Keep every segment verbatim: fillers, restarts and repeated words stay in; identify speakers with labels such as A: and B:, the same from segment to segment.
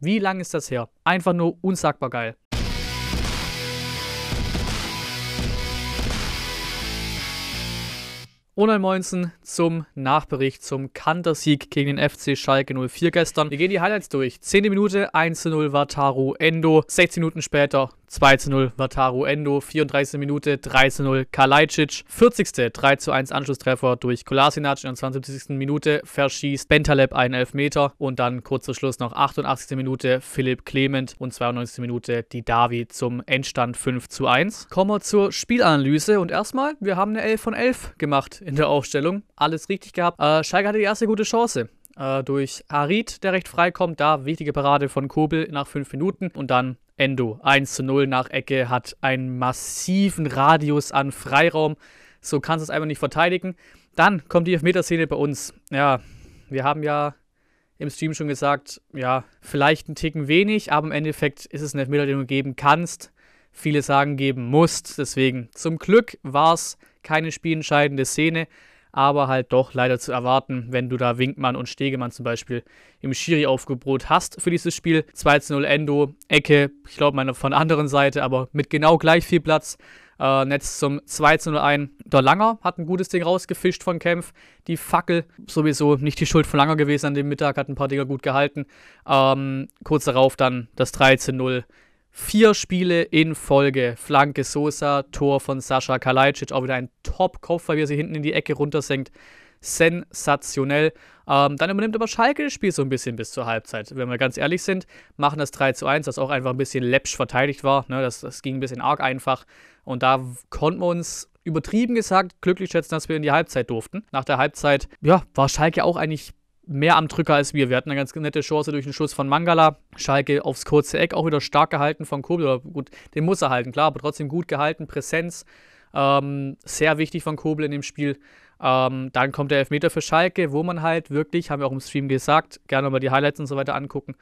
A: Wie lange ist das her? Einfach nur unsagbar geil. Und ein Moinsen zum Nachbericht zum Kantersieg gegen den F C Schalke null vier gestern. Wir gehen die Highlights durch. zehnte Minute eins zu null Wataru Endo. sechzehn Minuten später zwei zu null Wataru Endo. vierunddreißigste Minute drei zu null Kalajdzic. vierzigste drei zu eins Anschlusstreffer durch Kolasinac. In der zweiundsiebzigsten Minute verschießt Bentaleb einen Elfmeter. Und dann kurz vor Schluss noch achtundachtzigste Minute Philipp Clement. Und zweiundneunzigste Minute Didavi zum Endstand fünf zu eins. Kommen wir zur Spielanalyse. Und erstmal, wir haben eine elf von elf gemacht in der Aufstellung. Alles richtig gehabt. Äh, Schalke hatte die erste gute Chance. Äh, durch Harit, der recht frei kommt. Da wichtige Parade von Kobel nach fünf Minuten. Und dann Endo eins zu null nach Ecke. Hat einen massiven Radius an Freiraum. So kannst du es einfach nicht verteidigen. Dann kommt die Elfmeterszene bei uns. Ja, wir haben ja im Stream schon gesagt, ja, vielleicht einen Ticken wenig. Aber im Endeffekt ist es ein Elfmeter, den du geben kannst. Viele sagen, geben musst. Deswegen zum Glück war es keine spielentscheidende Szene, aber halt doch leider zu erwarten, wenn du da Winkmann und Stegemann zum Beispiel im Schiri-Aufgebot hast für dieses Spiel. zwei zu null Endo, Ecke, ich glaube meine von der anderen Seite, aber mit genau gleich viel Platz. Äh, Netz zum zwei zu null ein. Der Langer hat ein gutes Ding rausgefischt von Kempf. Die Fackel, sowieso nicht die Schuld von Langer gewesen an dem Mittag, hat ein paar Dinger gut gehalten. Ähm, kurz darauf dann das drei zu null. Vier Spiele in Folge. Flanke Sosa, Tor von Sascha Kalajdzic. Auch wieder ein Top-Kopf, weil er sie hinten in die Ecke runtersenkt. Sensationell. Ähm, dann übernimmt aber Schalke das Spiel so ein bisschen bis zur Halbzeit. Wenn wir ganz ehrlich sind, machen das drei zu eins, das auch einfach ein bisschen läppsch verteidigt war. Ne? Das, das ging ein bisschen arg einfach. Und da konnten wir uns übertrieben gesagt glücklich schätzen, dass wir in die Halbzeit durften. Nach der Halbzeit, ja, war Schalke auch eigentlich mehr am Drücker als wir. Wir hatten eine ganz nette Chance durch einen Schuss von Mangala. Schalke aufs kurze Eck, auch wieder stark gehalten von Kobel. Oder gut, den muss er halten, klar, aber trotzdem gut gehalten. Präsenz, ähm, sehr wichtig von Kobel in dem Spiel. Ähm, dann kommt der Elfmeter für Schalke, wo man halt wirklich, haben wir auch im Stream gesagt, gerne mal die Highlights und so weiter angucken.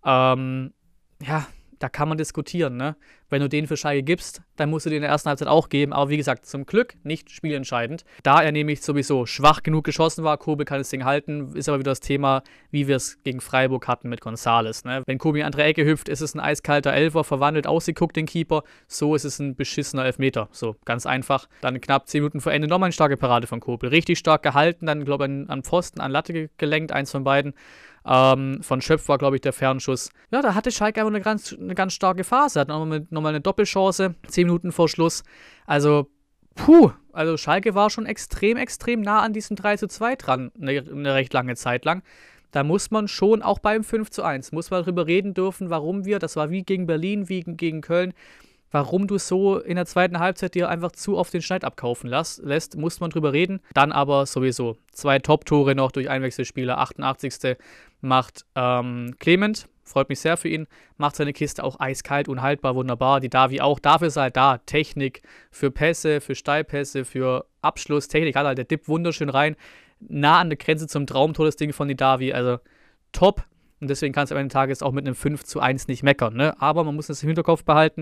A: Ähm, ja, da kann man diskutieren, ne? Wenn du den für Schalke gibst, dann musst du den in der ersten Halbzeit auch geben. Aber wie gesagt, zum Glück nicht spielentscheidend. Da er nämlich sowieso schwach genug geschossen war, Kobel kann das Ding halten, ist aber wieder das Thema, wie wir es gegen Freiburg hatten mit Gonzales. Ne? Wenn Kobel in die andere Ecke hüpft, ist es ein eiskalter Elfer, verwandelt, ausgeguckt den Keeper. So ist es ein beschissener Elfmeter. So, ganz einfach. Dann knapp zehn Minuten vor Ende nochmal eine starke Parade von Kobel. Richtig stark gehalten, dann glaube ich an, an Pfosten, an Latte gelenkt, eins von beiden. Ähm, von Schöpf war, glaube ich, der Fernschuss. Ja, da hatte Schalke einfach eine ganz, eine ganz starke Phase. Hat nochmal, nochmal eine Doppelchance, zehn Minuten vor Schluss. Also, puh, also Schalke war schon extrem, extrem nah an diesem drei zu zwei dran, eine, eine recht lange Zeit lang. Da muss man schon, auch beim fünf zu eins, muss man darüber reden dürfen, warum wir, das war wie gegen Berlin, wie gegen Köln, warum du so in der zweiten Halbzeit dir einfach zu oft den Schneid abkaufen lässt, lässt, muss man drüber reden. Dann aber sowieso zwei Top-Tore noch durch Einwechselspieler. achtundachtzigste macht ähm, Clement, freut mich sehr für ihn, macht seine Kiste auch eiskalt, unhaltbar, wunderbar. Die Davi auch, dafür ist halt da. Technik für Pässe, für Steilpässe, für Abschluss, Technik hat halt, der Dip wunderschön rein. Nah an der Grenze zum Traumtor, das Ding von die Davi, also top. Und deswegen kannst du am Ende des Tages auch mit einem fünf zu eins nicht meckern, ne? Aber man muss das im Hinterkopf behalten,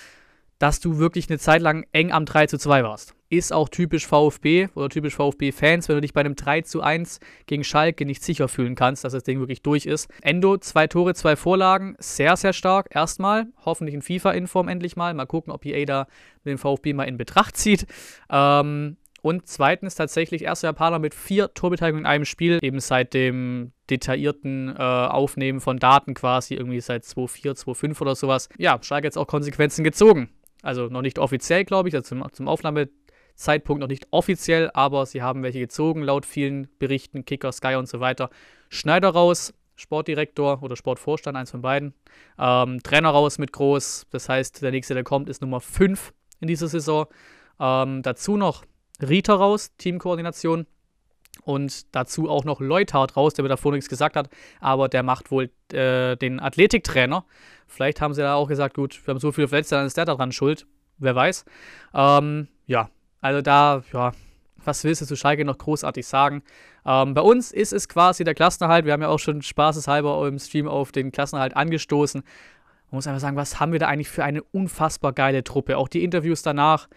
A: dass du wirklich eine Zeit lang eng am drei zu zwei warst. Ist auch typisch VfB oder typisch VfB-Fans, wenn du dich bei einem drei zu eins gegen Schalke nicht sicher fühlen kannst, dass das Ding wirklich durch ist. Endo, zwei Tore, zwei Vorlagen, sehr, sehr stark. Erstmal, hoffentlich in FIFA-Inform endlich mal. Mal gucken, ob E A da den VfB mal in Betracht zieht. Ähm, und zweitens tatsächlich erster Japaner mit vier Torbeteiligungen in einem Spiel, eben seit dem detaillierten äh, Aufnehmen von Daten quasi, irgendwie seit zwei vier, zwei fünf oder sowas. Ja, Schalke jetzt auch Konsequenzen gezogen. Also noch nicht offiziell, glaube ich, also zum, zum Aufnahmezeitpunkt noch nicht offiziell, aber sie haben welche gezogen, laut vielen Berichten, Kicker, Sky und so weiter. Schneider raus, Sportdirektor oder Sportvorstand, eins von beiden. Ähm, Trainer raus mit Groß, das heißt, der nächste, der kommt, ist Nummer fünf in dieser Saison. Ähm, dazu noch Rieter raus, Teamkoordination. Und dazu auch noch Leuthard raus, der mir davor nichts gesagt hat, aber der macht wohl äh, den Athletiktrainer. Vielleicht haben sie da auch gesagt, gut, wir haben so viele Verletzte, dann ist der daran schuld. Wer weiß. Ähm, ja, also da, ja, was willst du zu Schalke noch großartig sagen? Ähm, bei uns ist es quasi der Klassenerhalt. Wir haben ja auch schon spaßeshalber im Stream auf den Klassenerhalt angestoßen. Man muss einfach sagen, was haben wir da eigentlich für eine unfassbar geile Truppe. Auch die Interviews danach.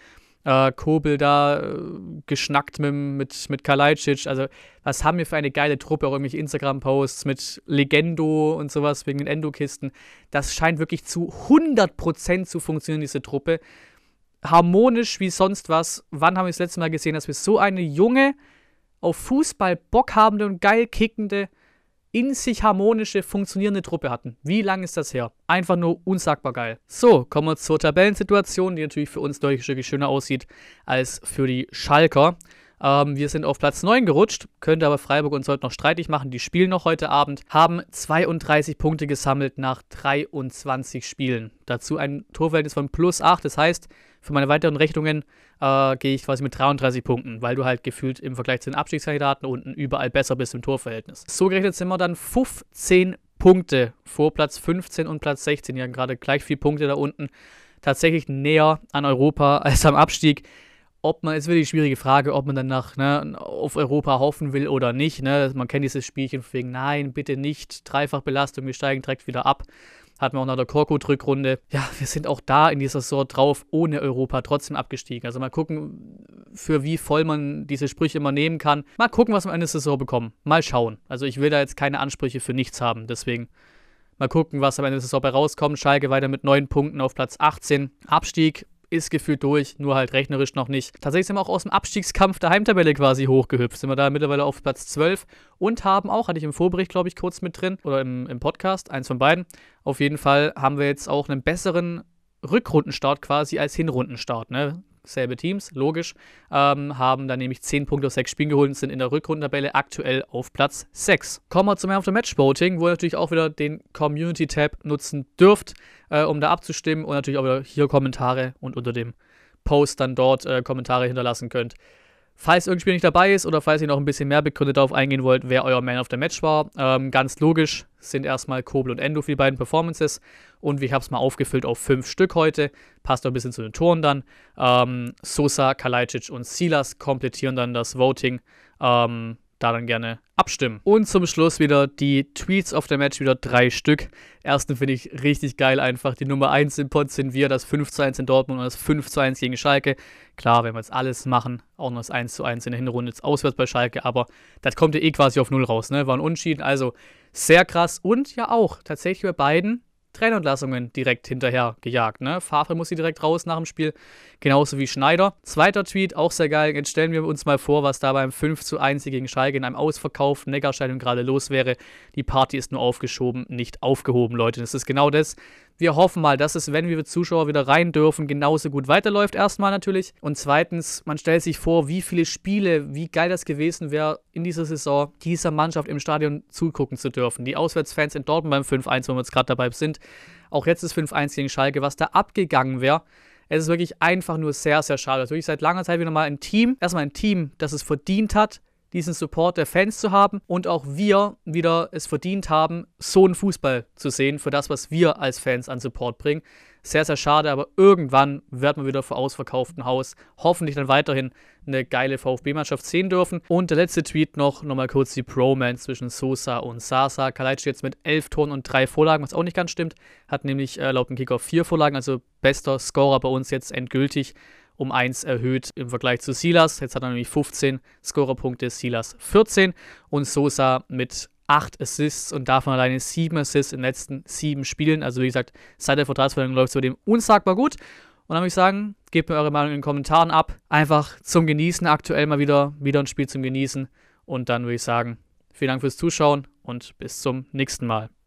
A: Äh, Kobel da äh, geschnackt mit, mit, mit Kalajdzic. Also, was haben wir für eine geile Truppe? Auch irgendwelche Instagram-Posts mit Legendo und sowas wegen den Endo-Kisten. Das scheint wirklich zu hundert Prozent zu funktionieren, diese Truppe. Harmonisch wie sonst was. Wann haben wir das letzte Mal gesehen, dass wir so eine junge, auf Fußball Bock habende und geil kickende, in sich harmonische, funktionierende Truppe hatten? Wie lange ist das her? Einfach nur unsagbar geil. So, kommen wir zur Tabellensituation, die natürlich für uns deutlich schöner aussieht als für die Schalker. Ähm, wir sind auf Platz neun gerutscht, könnte aber Freiburg uns heute noch streitig machen. Die spielen noch heute Abend, haben zweiunddreißig Punkte gesammelt nach dreiundzwanzig Spielen. Dazu ein Torverhältnis von plus acht, das heißt, für meine weiteren Rechnungen äh, gehe ich quasi mit dreiunddreißig Punkten, weil du halt gefühlt im Vergleich zu den Abstiegskandidaten unten überall besser bist im Torverhältnis. So gerechnet sind wir dann fünfzehn Punkte vor Platz fünfzehn und Platz sechzehn. Die haben gerade gleich vier Punkte da unten. Tatsächlich näher an Europa als am Abstieg. Ob man, es wird die schwierige Frage, ob man danach ne, auf Europa hoffen will oder nicht. Ne? Man kennt dieses Spielchen wegen, nein, bitte nicht, Dreifachbelastung, wir steigen direkt wieder ab. Hatten wir auch nach der Korkut-Rückrunde. Ja, wir sind auch da in dieser Saison drauf, ohne Europa trotzdem abgestiegen. Also mal gucken, für wie voll man diese Sprüche immer nehmen kann. Mal gucken, was wir in der Saison bekommen. Mal schauen. Also ich will da jetzt keine Ansprüche für nichts haben, deswegen mal gucken, was am Ende der Saison bei rauskommt. Schalke weiter mit neun Punkten auf Platz achtzehn. Abstieg ist gefühlt durch, nur halt rechnerisch noch nicht. Tatsächlich sind wir auch aus dem Abstiegskampf der Heimtabelle quasi hochgehüpft. Sind wir da mittlerweile auf Platz zwölf und haben auch, hatte ich im Vorbericht, glaube ich, kurz mit drin, oder im, im Podcast, eins von beiden. Auf jeden Fall haben wir jetzt auch einen besseren Rückrundenstart quasi als Hinrundenstart, ne? Selbe Teams, logisch, ähm, haben dann nämlich zehn Punkte aus sechs Spielen geholt und sind in der Rückrundentabelle aktuell auf Platz sechs. Kommen wir zum Man of the Match Voting, wo ihr natürlich auch wieder den Community-Tab nutzen dürft, äh, um da abzustimmen und natürlich auch wieder hier Kommentare und unter dem Post dann dort äh, Kommentare hinterlassen könnt. Falls irgendein Spiel nicht dabei ist oder falls ihr noch ein bisschen mehr begründet darauf eingehen wollt, wer euer Man of the Match war, ähm, ganz logisch sind erstmal Kobel und Endo für die beiden Performances und ich habe es mal aufgefüllt auf fünf Stück heute, passt noch ein bisschen zu den Toren dann. Ähm, Sosa, Kalajdzic und Silas komplettieren dann das Voting, ähm, da dann gerne abstimmen. Und zum Schluss wieder die Tweets of the Match, wieder drei Stück. Ersten finde ich richtig geil einfach. Die Nummer eins im Pod sind wir, das fünf zu eins in Dortmund und das fünf zu eins gegen Schalke. Klar, wenn wir jetzt alles machen, auch noch das eins zu eins in der Hinrunde jetzt auswärts bei Schalke, aber das kommt ja eh quasi auf null raus, ne? War ein Unentschieden, also sehr krass. Und ja auch tatsächlich bei beiden Trainerentlassungen direkt hinterher gejagt, ne? Favre muss sie direkt raus nach dem Spiel, genauso wie Schneider. Zweiter Tweet, auch sehr geil. Jetzt stellen wir uns mal vor, was da beim fünf zu eins gegen Schalke in einem ausverkauften Neckarstadion gerade los wäre. Die Party ist nur aufgeschoben, nicht aufgehoben, Leute. Das ist genau das. Wir hoffen mal, dass es, wenn wir Zuschauer wieder rein dürfen, genauso gut weiterläuft erstmal natürlich. Und zweitens, man stellt sich vor, wie viele Spiele, wie geil das gewesen wäre, in dieser Saison dieser Mannschaft im Stadion zugucken zu dürfen. Die Auswärtsfans in Dortmund beim fünf eins, wo wir jetzt gerade dabei sind. Auch jetzt ist fünf eins gegen Schalke, was da abgegangen wäre. Es ist wirklich einfach nur sehr, sehr schade. Also wirklich seit langer Zeit wieder mal ein Team, erstmal ein Team, das es verdient hat, diesen Support der Fans zu haben und auch wir wieder es verdient haben, so einen Fußball zu sehen für das, was wir als Fans an Support bringen. Sehr, sehr schade, aber irgendwann wird man wieder vor ausverkauftem Haus hoffentlich dann weiterhin eine geile VfB-Mannschaft sehen dürfen. Und der letzte Tweet noch, nochmal kurz die Bromance zwischen Sosa und Sasa. Kalajdzic jetzt mit elf Toren und drei Vorlagen, was auch nicht ganz stimmt. Hat nämlich äh, laut dem Kickoff vier Vorlagen, also bester Scorer bei uns jetzt endgültig. Um eins erhöht im Vergleich zu Silas. Jetzt hat er nämlich fünfzehn Scorerpunkte, Silas vierzehn und Sosa mit acht Assists und davon alleine sieben Assists in den letzten sieben Spielen. Also wie gesagt, seit der Vertragsverlängerung läuft es bei dem unsagbar gut. Und dann würde ich sagen, gebt mir eure Meinung in den Kommentaren ab. Einfach zum Genießen, aktuell mal wieder, wieder ein Spiel zum Genießen. Und dann würde ich sagen, vielen Dank fürs Zuschauen und bis zum nächsten Mal.